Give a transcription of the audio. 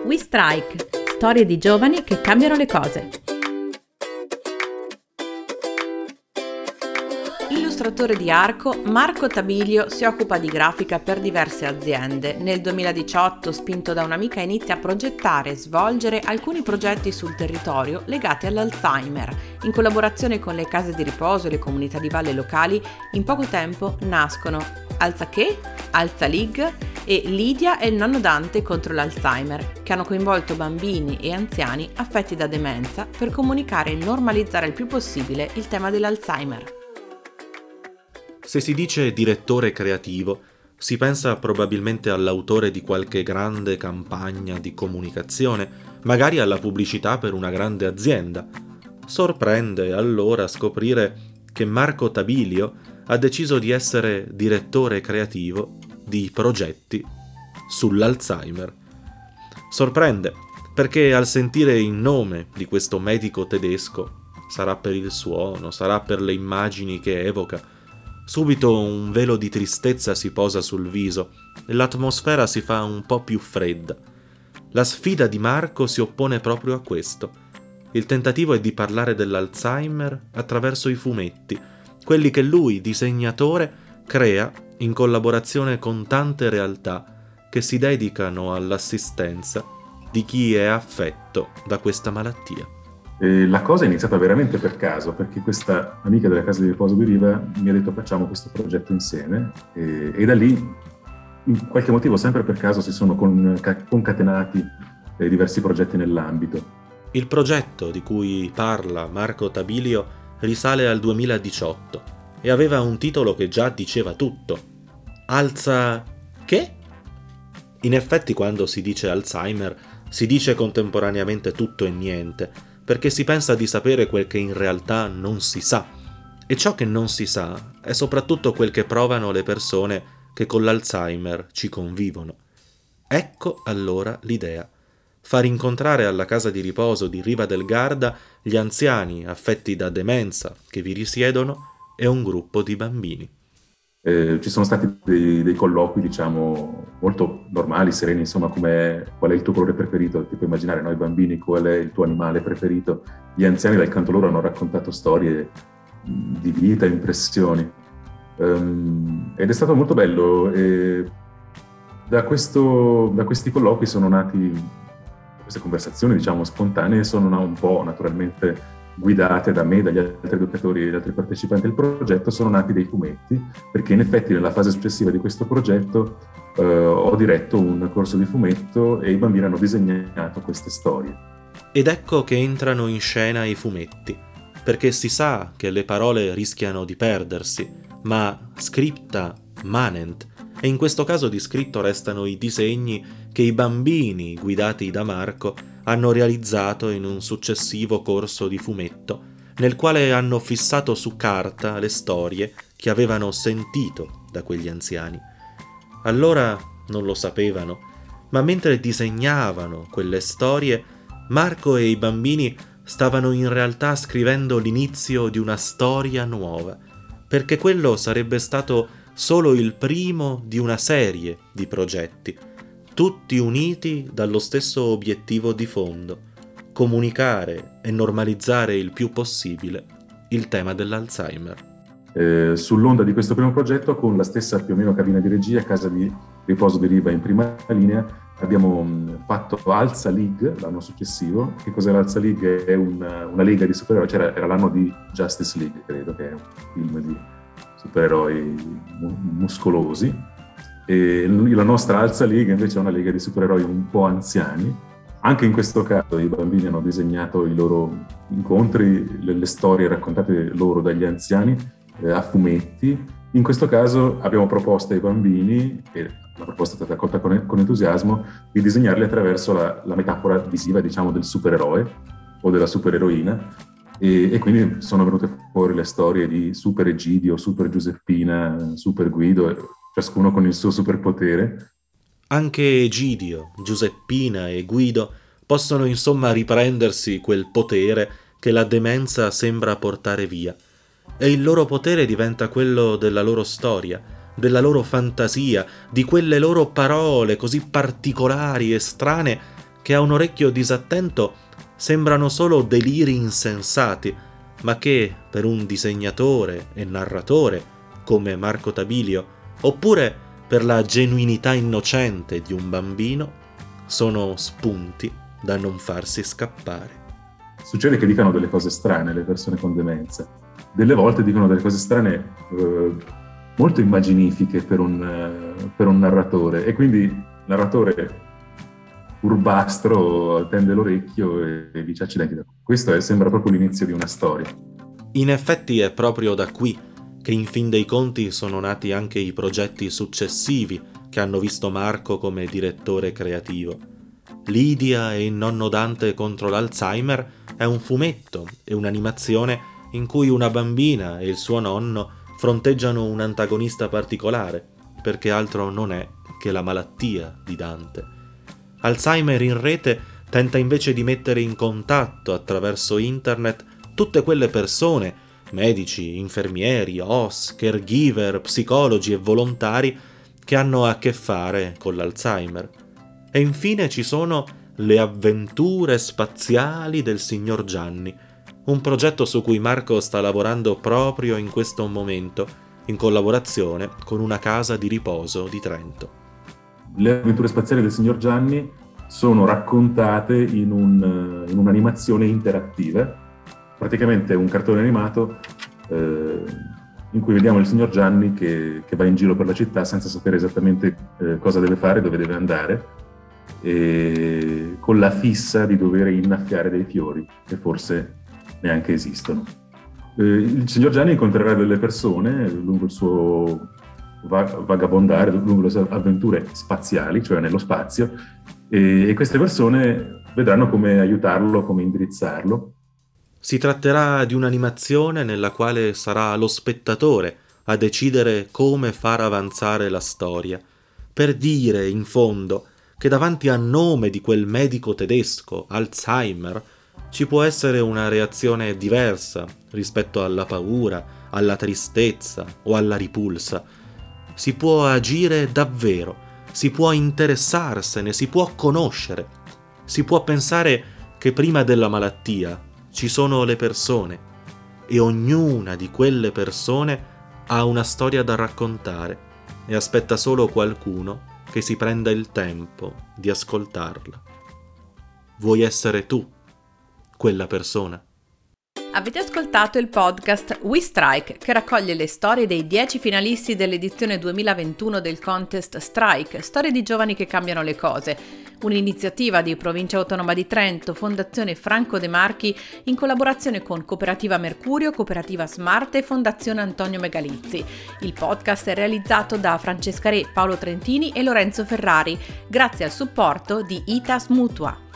We Strike, storie di giovani che cambiano le cose. Illustratore di Arco, Marco Tabilio si occupa di grafica per diverse aziende. Nel 2018, spinto da un'amica, inizia a progettare e svolgere alcuni progetti sul territorio legati all'Alzheimer. In collaborazione con le case di riposo e le comunità di valle locali, in poco tempo nascono Alza Che, Alza League e Lidia e il nonno Dante contro l'Alzheimer, che hanno coinvolto bambini e anziani affetti da demenza per comunicare e normalizzare il più possibile il tema dell'Alzheimer. Se si dice direttore creativo, si pensa probabilmente all'autore di qualche grande campagna di comunicazione, magari alla pubblicità per una grande azienda. Sorprende allora scoprire che Marco Tabilio ha deciso di essere direttore creativo di progetti sull'Alzheimer. Sorprende perché al sentire il nome di questo medico tedesco, sarà per il suono, sarà per le immagini che evoca, subito un velo di tristezza si posa sul viso e l'atmosfera si fa un po' più fredda. La sfida di Marco si oppone proprio a questo. Il tentativo è di parlare dell'Alzheimer attraverso i fumetti, quelli che lui, disegnatore, crea in collaborazione con tante realtà che si dedicano all'assistenza di chi è affetto da questa malattia. La cosa è iniziata veramente per caso, perché questa amica della casa di riposo di Riva mi ha detto facciamo questo progetto insieme e da lì, in qualche motivo, sempre per caso, si sono concatenati diversi progetti nell'ambito. Il progetto di cui parla Marco Tabilio risale al 2018 e aveva un titolo che già diceva tutto. Alza Che? In effetti, quando si dice Alzheimer, si dice contemporaneamente tutto e niente, perché si pensa di sapere quel che in realtà non si sa. E ciò che non si sa è soprattutto quel che provano le persone che con l'Alzheimer ci convivono. Ecco allora l'idea: far incontrare alla casa di riposo di Riva del Garda gli anziani affetti da demenza che vi risiedono e un gruppo di bambini. Ci sono stati dei colloqui, diciamo, molto normali, sereni, insomma, qual è il tuo colore preferito? Ti puoi immaginare, no? I bambini, qual è il tuo animale preferito? Gli anziani dal canto loro hanno raccontato storie di vita, impressioni. Ed è stato molto bello. E da questi colloqui sono nati, queste conversazioni, diciamo, spontanee, sono un po' naturalmente guidate da me, dagli altri educatori e dagli altri partecipanti del progetto. Sono nati dei fumetti, perché in effetti nella fase successiva di questo progetto ho diretto un corso di fumetto e i bambini hanno disegnato queste storie. Ed ecco che entrano in scena i fumetti, perché si sa che le parole rischiano di perdersi, ma scripta manent, e in questo caso di scritto restano i disegni che i bambini, guidati da Marco, hanno realizzato in un successivo corso di fumetto, nel quale hanno fissato su carta le storie che avevano sentito da quegli anziani. Allora non lo sapevano, ma mentre disegnavano quelle storie, Marco e i bambini stavano in realtà scrivendo l'inizio di una storia nuova, perché quello sarebbe stato solo il primo di una serie di progetti, tutti uniti dallo stesso obiettivo di fondo: comunicare e normalizzare il più possibile il tema dell'Alzheimer. Sull'onda di questo primo progetto, con la stessa più o meno cabina di regia, casa di riposo di Riva in prima linea, abbiamo fatto Alza League l'anno successivo. Che cos'è l'Alza League? È una lega di supereroi, era l'anno di Justice League, credo, che è un film di supereroi muscolosi. E la nostra Alza League invece è una lega di supereroi un po' anziani. Anche in questo caso i bambini hanno disegnato i loro incontri, le storie raccontate loro dagli anziani a fumetti. In questo caso abbiamo proposto ai bambini, e la proposta è stata accolta con entusiasmo, di disegnarli attraverso la metafora visiva, diciamo, del supereroe o della supereroina, e quindi sono venute fuori le storie di Super Egidio, Super Giuseppina, Super Guido, ciascuno con il suo superpotere. Anche Egidio, Giuseppina e Guido possono insomma riprendersi quel potere che la demenza sembra portare via, e il loro potere diventa quello della loro storia, della loro fantasia, di quelle loro parole così particolari e strane che a un orecchio disattento sembrano solo deliri insensati, ma che per un disegnatore e narratore come Marco Tabilio, oppure per la genuinità innocente di un bambino, sono spunti da non farsi scappare. Succede che dicano delle cose strane le persone con demenza. Delle volte dicono delle cose strane molto immaginifiche per un narratore, e quindi il narratore urbastro tende l'orecchio e dice accidenti. Questo sembra proprio l'inizio di una storia. In effetti è proprio da qui che in fin dei conti sono nati anche i progetti successivi che hanno visto Marco come direttore creativo. Lidia e il nonno Dante contro l'Alzheimer è un fumetto e un'animazione in cui una bambina e il suo nonno fronteggiano un antagonista particolare, perché altro non è che la malattia di Dante. Alzheimer in rete tenta invece di mettere in contatto attraverso internet tutte quelle persone, medici, infermieri, OS, caregiver, psicologi e volontari che hanno a che fare con l'Alzheimer. E infine ci sono le avventure spaziali del signor Gianni, un progetto su cui Marco sta lavorando proprio in questo momento, in collaborazione con una casa di riposo di Trento. Le avventure spaziali del signor Gianni sono raccontate in un'animazione interattiva, praticamente un cartone animato in cui vediamo il signor Gianni che va in giro per la città senza sapere esattamente cosa deve fare, dove deve andare, e con la fissa di dover innaffiare dei fiori che forse neanche esistono. Il signor Gianni incontrerà delle persone lungo il suo vagabondare, lungo le sue avventure spaziali, cioè nello spazio, e queste persone vedranno come aiutarlo, come indirizzarlo. Si tratterà di un'animazione nella quale sarà lo spettatore a decidere come far avanzare la storia, per dire, in fondo, che davanti al nome di quel medico tedesco, Alzheimer, ci può essere una reazione diversa rispetto alla paura, alla tristezza o alla ripulsa. Si può agire davvero, si può interessarsene, si può conoscere, si può pensare che prima della malattia ci sono le persone e ognuna di quelle persone ha una storia da raccontare e aspetta solo qualcuno che si prenda il tempo di ascoltarla. Vuoi essere tu quella persona? Avete ascoltato il podcast We Strike, che raccoglie le storie dei 10 finalisti dell'edizione 2021 del contest Strike, storie di giovani che cambiano le cose, un'iniziativa di Provincia Autonoma di Trento, Fondazione Franco De Marchi, in collaborazione con Cooperativa Mercurio, Cooperativa Smart e Fondazione Antonio Megalizzi. Il podcast è realizzato da Francesca Re, Paolo Trentini e Lorenzo Ferrari, grazie al supporto di Itas Mutua.